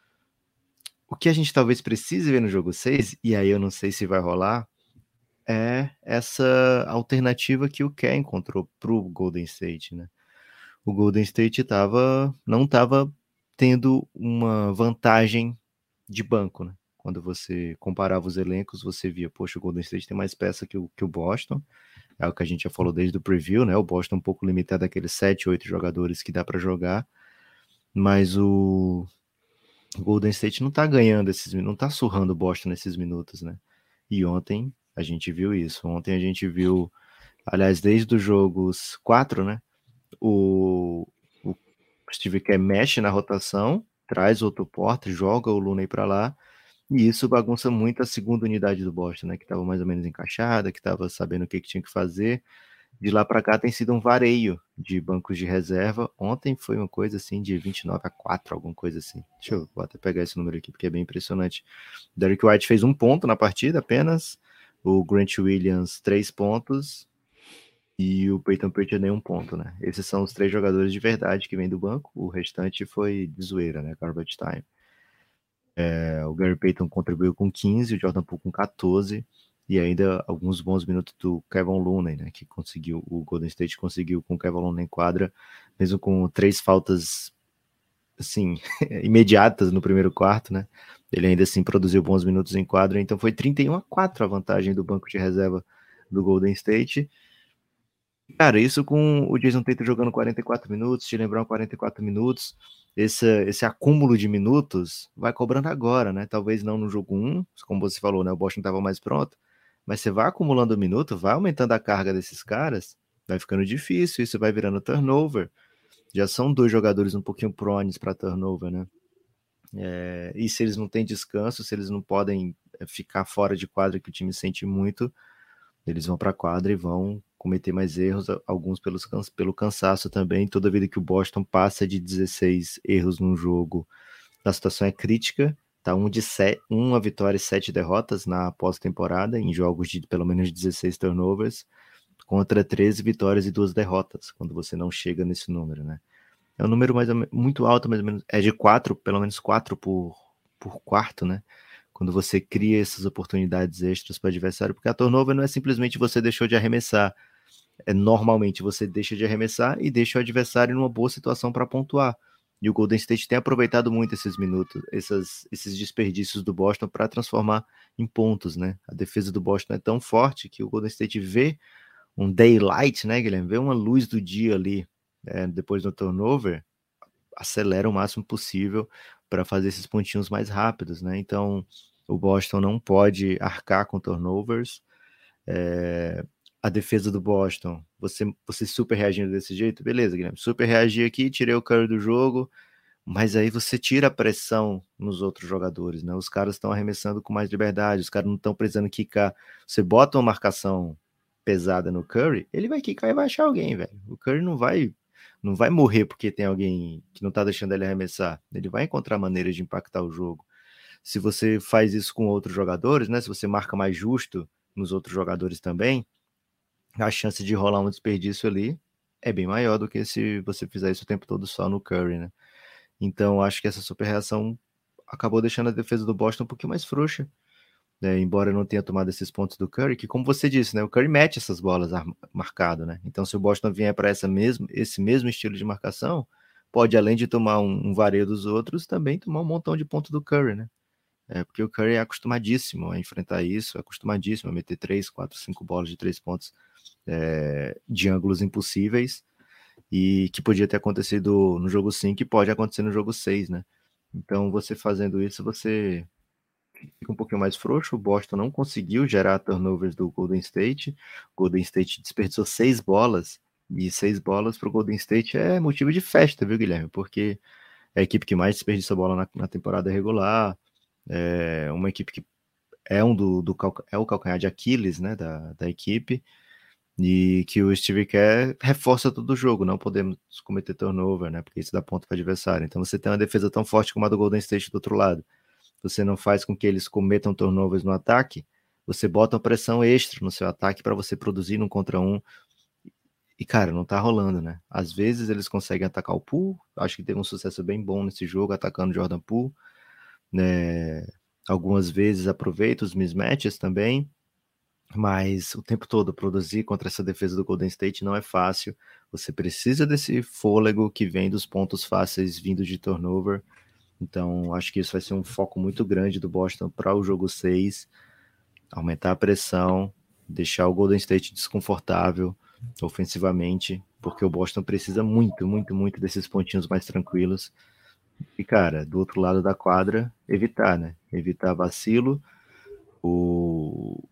o que a gente talvez precise ver no jogo seis, e aí eu não sei se vai rolar, é essa alternativa que o Kerr encontrou para o Golden State, né? O Golden State tava, não estava tendo uma vantagem de banco, né? Quando você comparava os elencos, você via, poxa, o Golden State tem mais peça que o, que o Boston. É o que a gente já falou desde o preview, né? O Boston um pouco limitado àqueles sete, oito jogadores que dá para jogar. Mas o Golden State não tá ganhando esses minutos, não tá surrando o Boston nesses minutos, né? E ontem a gente viu isso. Ontem a gente viu, aliás, desde os jogos quatro, né? O, o Steve Kerr mexe na rotação, traz outro porte, joga o Looney para lá, e isso bagunça muito a segunda unidade do Boston, né? Que estava mais ou menos encaixada, que estava sabendo o que, que tinha que fazer. De lá para cá tem sido um vareio de bancos de reserva. Ontem foi uma coisa assim de vinte e nove a quatro, alguma coisa assim. Deixa eu vou até pegar esse número aqui porque é bem impressionante. Derrick White fez um ponto na partida apenas. O Grant Williams, três pontos. E o Peyton Pritchard, nenhum ponto, né? Esses são os três jogadores de verdade que vêm do banco. O restante foi de zoeira, né? Garbage time. É, o Gary Payton contribuiu com quinze, o Jordan Poole com quatorze. E ainda alguns bons minutos do Kevin Looney, né, que conseguiu, o Golden State conseguiu com o Kevin Looney em quadra, mesmo com três faltas, assim, imediatas no primeiro quarto, né, ele ainda assim produziu bons minutos em quadra, então foi trinta e um a quatro a vantagem do banco de reserva do Golden State. Cara, isso com o Jason Tatum jogando quarenta e quatro minutos, te lembrar quarenta e quatro minutos, esse, esse acúmulo de minutos vai cobrando agora, né, talvez não no jogo um, como você falou, né, o Boston estava mais pronto, mas você vai acumulando minuto, vai aumentando a carga desses caras, vai ficando difícil, isso vai virando turnover. Já são dois jogadores um pouquinho prones para turnover, né? É, e se eles não têm descanso, se eles não podem ficar fora de quadra, que o time sente muito, eles vão para a quadra e vão cometer mais erros, alguns pelos, pelo cansaço também. Toda vida que o Boston passa de dezesseis erros num jogo, a situação é crítica. Tá um de sete, uma vitória e sete derrotas na pós-temporada, em jogos de pelo menos dezesseis turnovers, contra treze vitórias e duas derrotas, quando você não chega nesse número, né? É um número mais ou menos, muito alto, mais ou menos, é de quatro, pelo menos quatro por, por quarto, né? Quando você cria essas oportunidades extras para o adversário, porque a turnover não é simplesmente você deixou de arremessar, é normalmente você deixa de arremessar e deixa o adversário numa boa situação para pontuar. E o Golden State tem aproveitado muito esses minutos, essas, esses desperdícios do Boston para transformar em pontos, né? A defesa do Boston é tão forte que o Golden State vê um daylight, né, Guilherme? Vê uma luz do dia ali, é, depois do turnover, acelera o máximo possível para fazer esses pontinhos mais rápidos, né? Então, o Boston não pode arcar com turnovers. É, a defesa do Boston, você, você super reagindo desse jeito, beleza, Guilherme, super reagir aqui, tirei o Curry do jogo, mas aí você tira a pressão nos outros jogadores, né? Os caras estão arremessando com mais liberdade, os caras não estão precisando quicar. Você bota uma marcação pesada no Curry, ele vai quicar e vai achar alguém, velho. O Curry não vai não vai morrer porque tem alguém que não tá deixando ele arremessar. Ele vai encontrar maneiras de impactar o jogo. Se você faz isso com outros jogadores, né? Se você marca mais justo nos outros jogadores também, a chance de rolar um desperdício ali é bem maior do que se você fizer isso o tempo todo só no Curry, né? Então, acho que essa super reação acabou deixando a defesa do Boston um pouquinho mais frouxa, né? Embora não tenha tomado esses pontos do Curry, que como você disse, né? O Curry mete essas bolas marcado, né? Então, se o Boston vier para essa mesmo, esse mesmo estilo de marcação, pode, além de tomar um, um vareio dos outros, também tomar um montão de pontos do Curry, né? É porque o Curry é acostumadíssimo a enfrentar isso, é acostumadíssimo a meter três, quatro, cinco bolas de três pontos é, de ângulos impossíveis, e que podia ter acontecido no jogo cinco e pode acontecer no jogo seis, né? Então, você fazendo isso, você fica um pouquinho mais frouxo. O Boston não conseguiu gerar turnovers do Golden State. O Golden State desperdiçou seis bolas, e seis bolas para o Golden State é motivo de festa, viu, Guilherme? Porque é a equipe que mais desperdiçou bola na, na temporada regular, é uma equipe que é, um do, do, é o calcanhar de Aquiles, né, da, da equipe, e que o Steve Kerr reforça todo o jogo. Não podemos cometer turnover, né, porque isso dá ponto para o adversário. Então você tem uma defesa tão forte como a do Golden State do outro lado, você não faz com que eles cometam turnovers no ataque, você bota uma pressão extra no seu ataque para você produzir num contra um, e cara, não tá rolando, né? Às vezes eles conseguem atacar o Poole, acho que teve um sucesso bem bom nesse jogo, atacando o Jordan Poole, né? Algumas vezes aproveita os mismatches também, mas o tempo todo produzir contra essa defesa do Golden State não é fácil. Você precisa desse fôlego que vem dos pontos fáceis vindos de turnover. Então acho que isso vai ser um foco muito grande do Boston para o jogo seis, aumentar a pressão, deixar o Golden State desconfortável ofensivamente, porque o Boston precisa muito, muito, muito desses pontinhos mais tranquilos. E, cara, do outro lado da quadra, evitar, né? Evitar vacilo. O,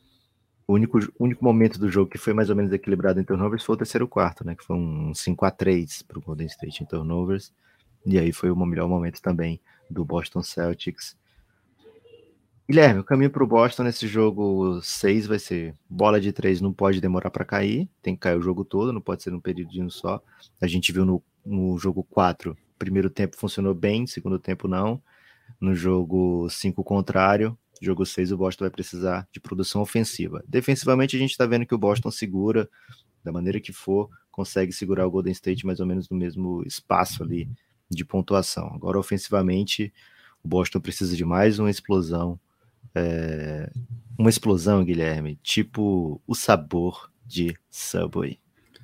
o único, único momento do jogo que foi mais ou menos equilibrado em turnovers foi o terceiro quarto, né? Que foi um cinco a três para o Golden State em turnovers. E aí foi o melhor momento também do Boston Celtics. Guilherme, o caminho para o Boston nesse jogo seis vai ser bola de três, não pode demorar para cair, tem que cair o jogo todo, não pode ser num período só. A gente viu no, no jogo quatro, primeiro tempo funcionou bem, segundo tempo não. No jogo cinco, o contrário. Jogo seis, o Boston vai precisar de produção ofensiva. Defensivamente, a gente está vendo que o Boston segura, da maneira que for, consegue segurar o Golden State mais ou menos no mesmo espaço ali de pontuação. Agora, ofensivamente, o Boston precisa de mais uma explosão. É, uma explosão, Guilherme, tipo o sabor de Subway.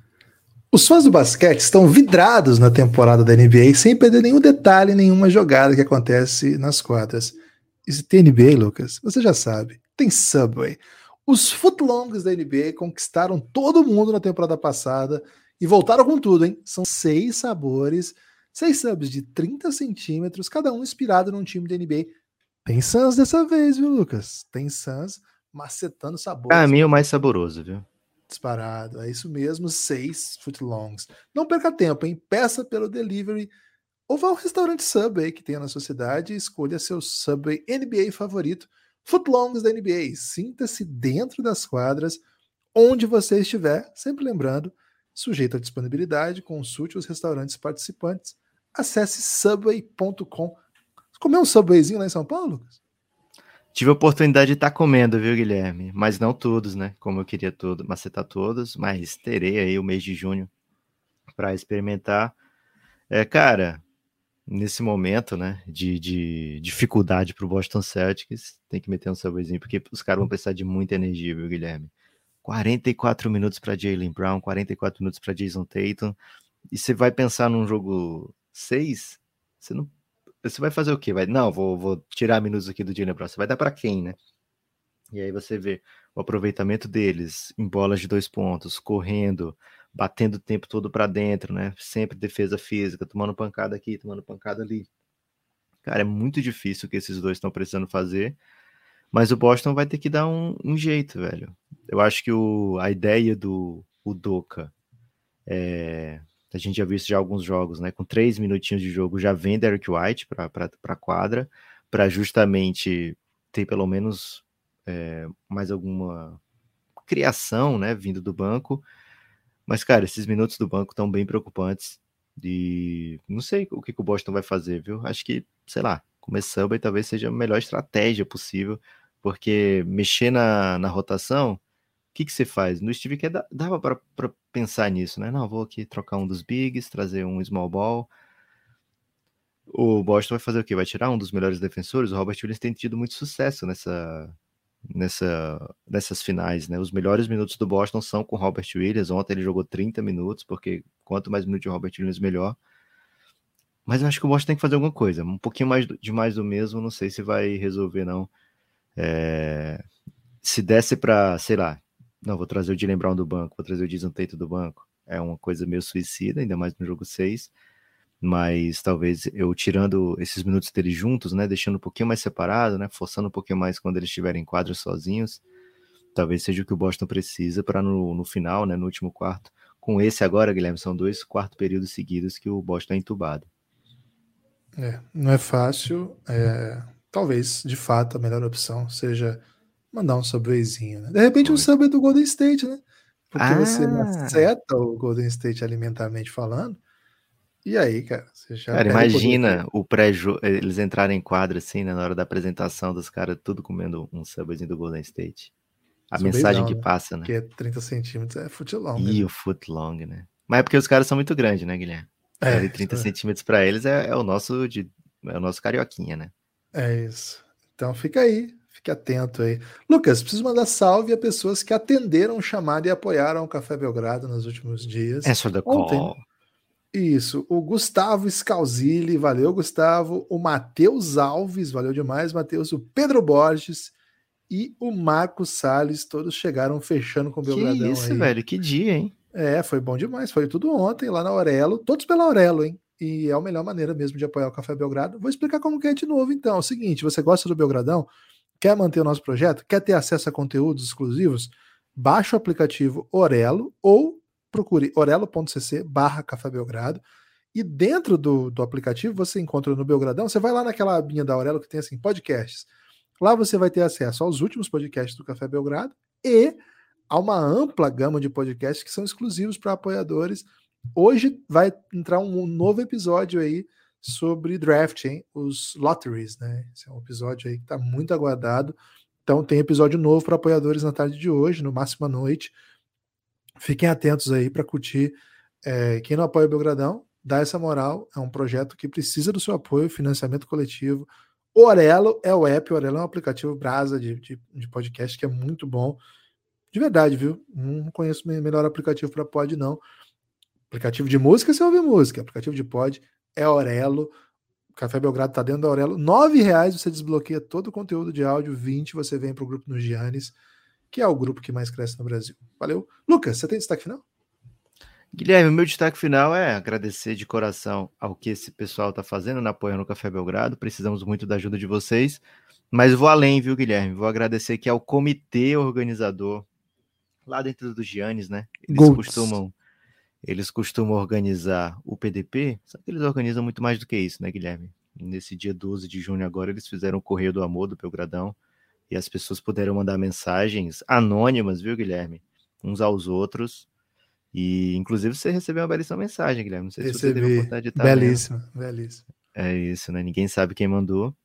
Os fãs do basquete estão vidrados na temporada da N B A sem perder nenhum detalhe, nenhuma jogada que acontece nas quadras. E se tem N B A, Lucas, você já sabe, tem Subway. Os footlongs da N B A conquistaram todo mundo na temporada passada e voltaram com tudo, hein? São seis sabores, seis subs de trinta centímetros, cada um inspirado num time da N B A. Tem Suns dessa vez, viu, Lucas? Tem Suns macetando sabores. Pra mim é o mais saboroso, viu? Disparado, é isso mesmo, seis footlongs. Não perca tempo, hein? Peça pelo delivery ou vá ao restaurante Subway que tem na sua cidade e escolha seu Subway N B A favorito. Footlongs da N B A. Sinta-se dentro das quadras, onde você estiver. Sempre lembrando, sujeito à disponibilidade, consulte os restaurantes participantes. Acesse subway ponto com. Comeu um Subwayzinho lá em São Paulo, Lucas? Tive a oportunidade de estar comendo, viu, Guilherme? Mas não todos, né? Como eu queria todo, macetar todos, mas terei aí o mês de junho para experimentar. É, cara, nesse momento, né, de, de dificuldade para o Boston Celtics, tem que meter um Subwayzinho, porque os caras vão precisar de muita energia, viu, Guilherme? quarenta e quatro minutos para Jaylen Brown, quarenta e quatro minutos para Jason Tatum, e você vai pensar num jogo seis, você não Você vai fazer o quê? Vai, não, vou, vou tirar minutos aqui do Jaylen Brown. Você vai dar para quem, né? E aí você vê o aproveitamento deles em bolas de dois pontos, correndo, batendo o tempo todo para dentro, né? Sempre defesa física, tomando pancada aqui, tomando pancada ali. Cara, é muito difícil o que esses dois estão precisando fazer, mas o Boston vai ter que dar um, um jeito, velho. Eu acho que o, a ideia do Udoka é... A gente já viu isso já alguns jogos, né? Com três minutinhos de jogo já vem Derek White para a quadra, para justamente ter pelo menos é, mais alguma criação, né? Vindo do banco. Mas, cara, esses minutos do banco estão bem preocupantes. E não sei o que, que o Boston vai fazer, viu? Acho que, sei lá, comer Subway talvez seja a melhor estratégia possível, porque mexer na, na rotação. O que, que você faz? No Steve Kerr dava para pensar nisso, né? Não, vou aqui trocar um dos bigs, trazer um small ball. O Boston vai fazer o quê? Vai tirar um dos melhores defensores? O Robert Williams tem tido muito sucesso nessa, nessa, nessas finais, né? Os melhores minutos do Boston são com o Robert Williams. Ontem ele jogou trinta minutos, porque quanto mais minutos de Robert Williams, melhor. Mas eu acho que o Boston tem que fazer alguma coisa. Um pouquinho mais do, de mais do mesmo, não sei se vai resolver, não. É... Se desse pra, sei lá, não, vou trazer o Jaylen Brown do banco, vou trazer o Jason Tatum do banco. É uma coisa meio suicida, ainda mais no jogo seis. Mas talvez eu tirando esses minutos deles juntos, né, deixando um pouquinho mais separado, né, forçando um pouquinho mais quando eles estiverem em quadra sozinhos, talvez seja o que o Boston precisa para no, no final, né, no último quarto. Com esse agora, Guilherme, são dois quarto períodos seguidos que o Boston é entubado. É, não é fácil. É, talvez, de fato, a melhor opção seja mandar um subwayzinho, né? De repente um Foi. subway do Golden State, né? Porque você Ah, maceta o Golden State alimentarmente falando, e aí, cara, você já cara, pega o poder imagina dele. o pré eles entrarem em quadra assim, né, na hora da apresentação dos caras, tudo comendo um subwayzinho do Golden State. A mensagem Subwayzão, que né? passa, né? Que é trinta centímetros, é footlong, E né? o footlong, né? Mas é porque os caras são muito grandes, né, Guilherme? É, Ali isso trinta é, centímetros para eles é, é o nosso de, é o nosso carioquinha, né? é isso. Então fica aí, fique atento aí. Lucas, preciso mandar salve a pessoas que atenderam o chamado e apoiaram o Café Belgrado nos últimos dias. Answer the Ontem, né? call. Isso, o Gustavo Scalzilli, valeu, Gustavo. O Matheus Alves, valeu demais, Matheus. O Pedro Borges e o Marcos Salles, todos chegaram fechando com o Que Belgradão isso, aí. velho? Que dia, hein? É, foi bom demais, foi tudo ontem lá na Aurelo, todos pela Aurelo, hein? E é a melhor maneira mesmo de apoiar o Café Belgrado. Vou explicar como que é de novo, então. É o seguinte, você gosta do Belgradão? Quer manter o nosso projeto? Quer ter acesso a conteúdos exclusivos? Baixe o aplicativo Orelo ou procure orelo.cc barra Café Belgrado. E dentro do, do aplicativo, você encontra no Belgradão, você vai lá naquela abinha da Aurelo que tem assim, podcasts. Lá você vai ter acesso aos últimos podcasts do Café Belgrado e a uma ampla gama de podcasts que são exclusivos para apoiadores. Hoje vai entrar um novo episódio aí sobre draft, hein? Os lotteries, né? Esse é um episódio aí que está muito aguardado. Então tem episódio novo para apoiadores na tarde de hoje, no máximo à noite. Fiquem atentos aí para curtir. É, quem não apoia o Belgradão, dá essa moral. É um projeto que precisa do seu apoio, financiamento coletivo. O Orelo é o app, o Orelo é um aplicativo brasa de, de, de podcast que é muito bom. De verdade, viu? Não conheço melhor aplicativo para pod, não. Aplicativo de música, você ouve música. Aplicativo de pod é Orelo. O Café Belgrado está dentro da Aurelo. nove reais você desbloqueia todo o conteúdo de áudio. vinte você vem para o grupo no Giannis, que é o grupo que mais cresce no Brasil. Valeu. Lucas, você tem destaque final? Guilherme, o meu destaque final é agradecer de coração ao que esse pessoal está fazendo na apoio no Café Belgrado. Precisamos muito da ajuda de vocês. Mas vou além, viu, Guilherme? Vou agradecer aqui ao comitê organizador lá dentro do Giannis, né? Eles Golds. costumam Eles costumam organizar o P D P, só que eles organizam muito mais do que isso, né, Guilherme? Nesse dia doze de junho agora, eles fizeram o Correio do Amor do Belgradão e as pessoas puderam mandar mensagens anônimas, viu, Guilherme? Uns aos outros. E, inclusive, você recebeu uma belíssima mensagem, Guilherme. Não sei se você teve a Recebi. oportunidade de estar Belíssimo, vendo. belíssimo. É isso, né? Ninguém sabe quem mandou,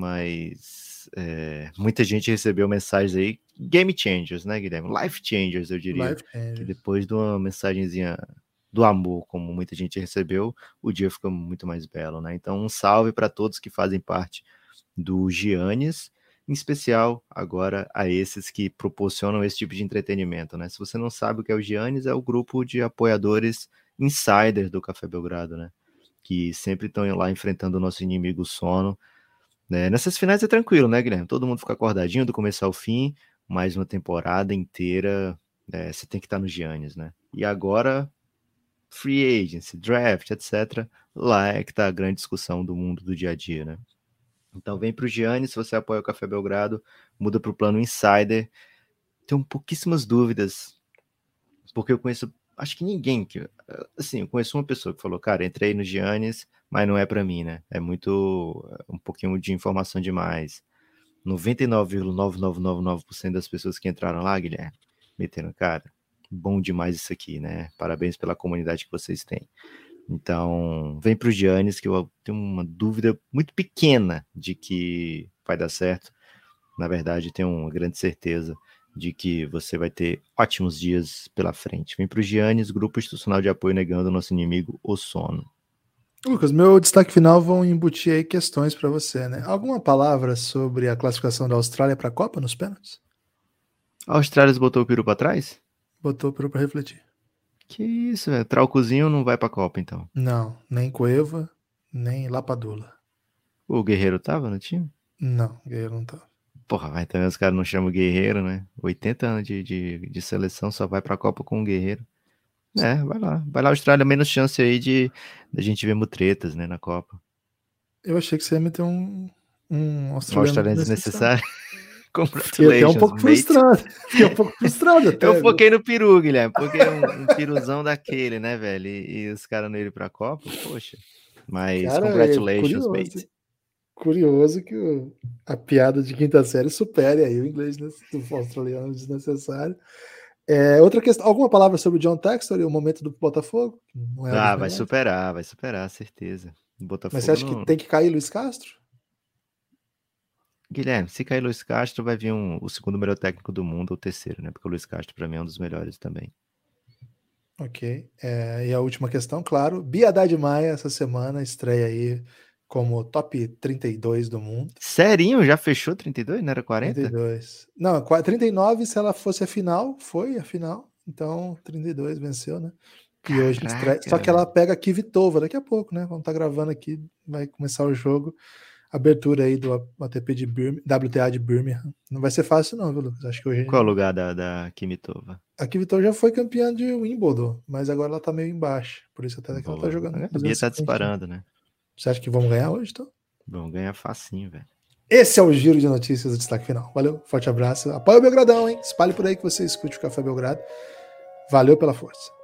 mas é, muita gente recebeu mensagens aí, game changers, né, Guilherme? Life changers, eu diria. Life changers. Que depois de uma mensagenzinha do amor, como muita gente recebeu, o dia fica muito mais belo, né? Então, um salve para todos que fazem parte do Giannis, em especial agora a esses que proporcionam esse tipo de entretenimento, né? Se você não sabe o que é o Giannis, é o grupo de apoiadores insiders do Café Belgrado, né? Que sempre estão lá enfrentando o nosso inimigo sono, né? Nessas finais é tranquilo, né, Guilherme? Todo mundo fica acordadinho do começo ao fim, mais uma temporada inteira, é, você tem que estar no Giannis, né? E agora free agency, draft, etcétera. Lá é que tá a grande discussão do mundo do dia a dia, né? Então vem pro Giannis, se você apoia o Café Belgrado, muda pro plano Insider. Tenho pouquíssimas dúvidas, porque eu conheço, acho que ninguém que, assim, eu conheço uma pessoa que falou, cara, entrei no Giannis, mas não é para mim, né? É muito, um pouquinho de informação demais. noventa e nove vírgula nove nove nove nove por cento das pessoas que entraram lá, Guilherme, meteram, cara, bom demais isso aqui, né? Parabéns pela comunidade que vocês têm. Então, vem pro Giannis, que eu tenho uma dúvida muito pequena de que vai dar certo. Na verdade, tenho uma grande certeza de que você vai ter ótimos dias pela frente. Vem pro Giannis, grupo institucional de apoio negando o nosso inimigo, o sono. Lucas, meu destaque final vão embutir aí questões para você, né? Alguma palavra sobre a classificação da Austrália para a Copa nos pênaltis? A Austrália botou o peru para trás? Botou para refletir. Que isso, velho. Traucozinho não vai pra Copa, então. Não, nem Cueva, nem Lapadula. O Guerreiro tava no time? Não, Guerreiro não tava. Porra, vai também os caras não chamam Guerreiro, né? oitenta anos de, de, de seleção, só vai pra Copa com o Guerreiro. É, vai lá. Vai lá, Austrália, menos chance aí de da gente ver mutretas, né, na Copa. Eu achei que você ia meter um, um Um australiano Australiano desnecessário. desnecessário. Fiquei até um Congratulations, pouco mate. frustrado. Fiquei um pouco frustrado até. Eu viu? foquei no peru, Guilherme, porque um, um piruzão daquele, né, velho? E, e os caras não irem pra Copa, poxa. Mas Cara, é congratulations, curioso. mate. Curioso que o- a piada de quinta série supere aí o inglês né, do australiano desnecessário. É, outra questão, alguma palavra sobre o John Textor e o momento do Botafogo? Não é um dos Ah, vai melhores. superar, vai superar, certeza. O Botafogo Mas você acha não... que tem que cair Luiz Castro? Guilherme, se cair Luiz Castro, vai vir um, o segundo melhor técnico do mundo, ou o terceiro, né? Porque o Luiz Castro, pra mim, é um dos melhores também. Ok. É, e a última questão, claro. Bia Haddad Maia, essa semana, estreia aí como top trinta e dois do mundo. Serinho, já fechou trinta e dois? Não era quarenta? trinta e dois. Não, qua- trinta e nove se ela fosse a final, foi a final. Então, trinta e dois venceu, né? E hoje estreia. Caraca, Só que ela velho. pega a Kvitova daqui a pouco, né? Vamos estar gravando aqui, vai começar o jogo. Abertura aí do A T P de Birmingham, W T A de Birmingham. Não vai ser fácil, não, viu, Lucas? Acho que hoje. Qual é o lugar da, da Kimitova? A Kvitova já foi campeã de Wimbledon, mas agora ela tá meio embaixo. Por isso até que ela tá Boa. jogando. A Bia tá duzentos e cinquenta. disparando, né? Você acha que vamos ganhar hoje, então? Vamos ganhar facinho, velho. Esse é o giro de notícias do Destaque Final. Valeu, forte abraço. Apoia o Belgradão, hein? Espalhe por aí que você escute o Café Belgrado. Valeu pela força.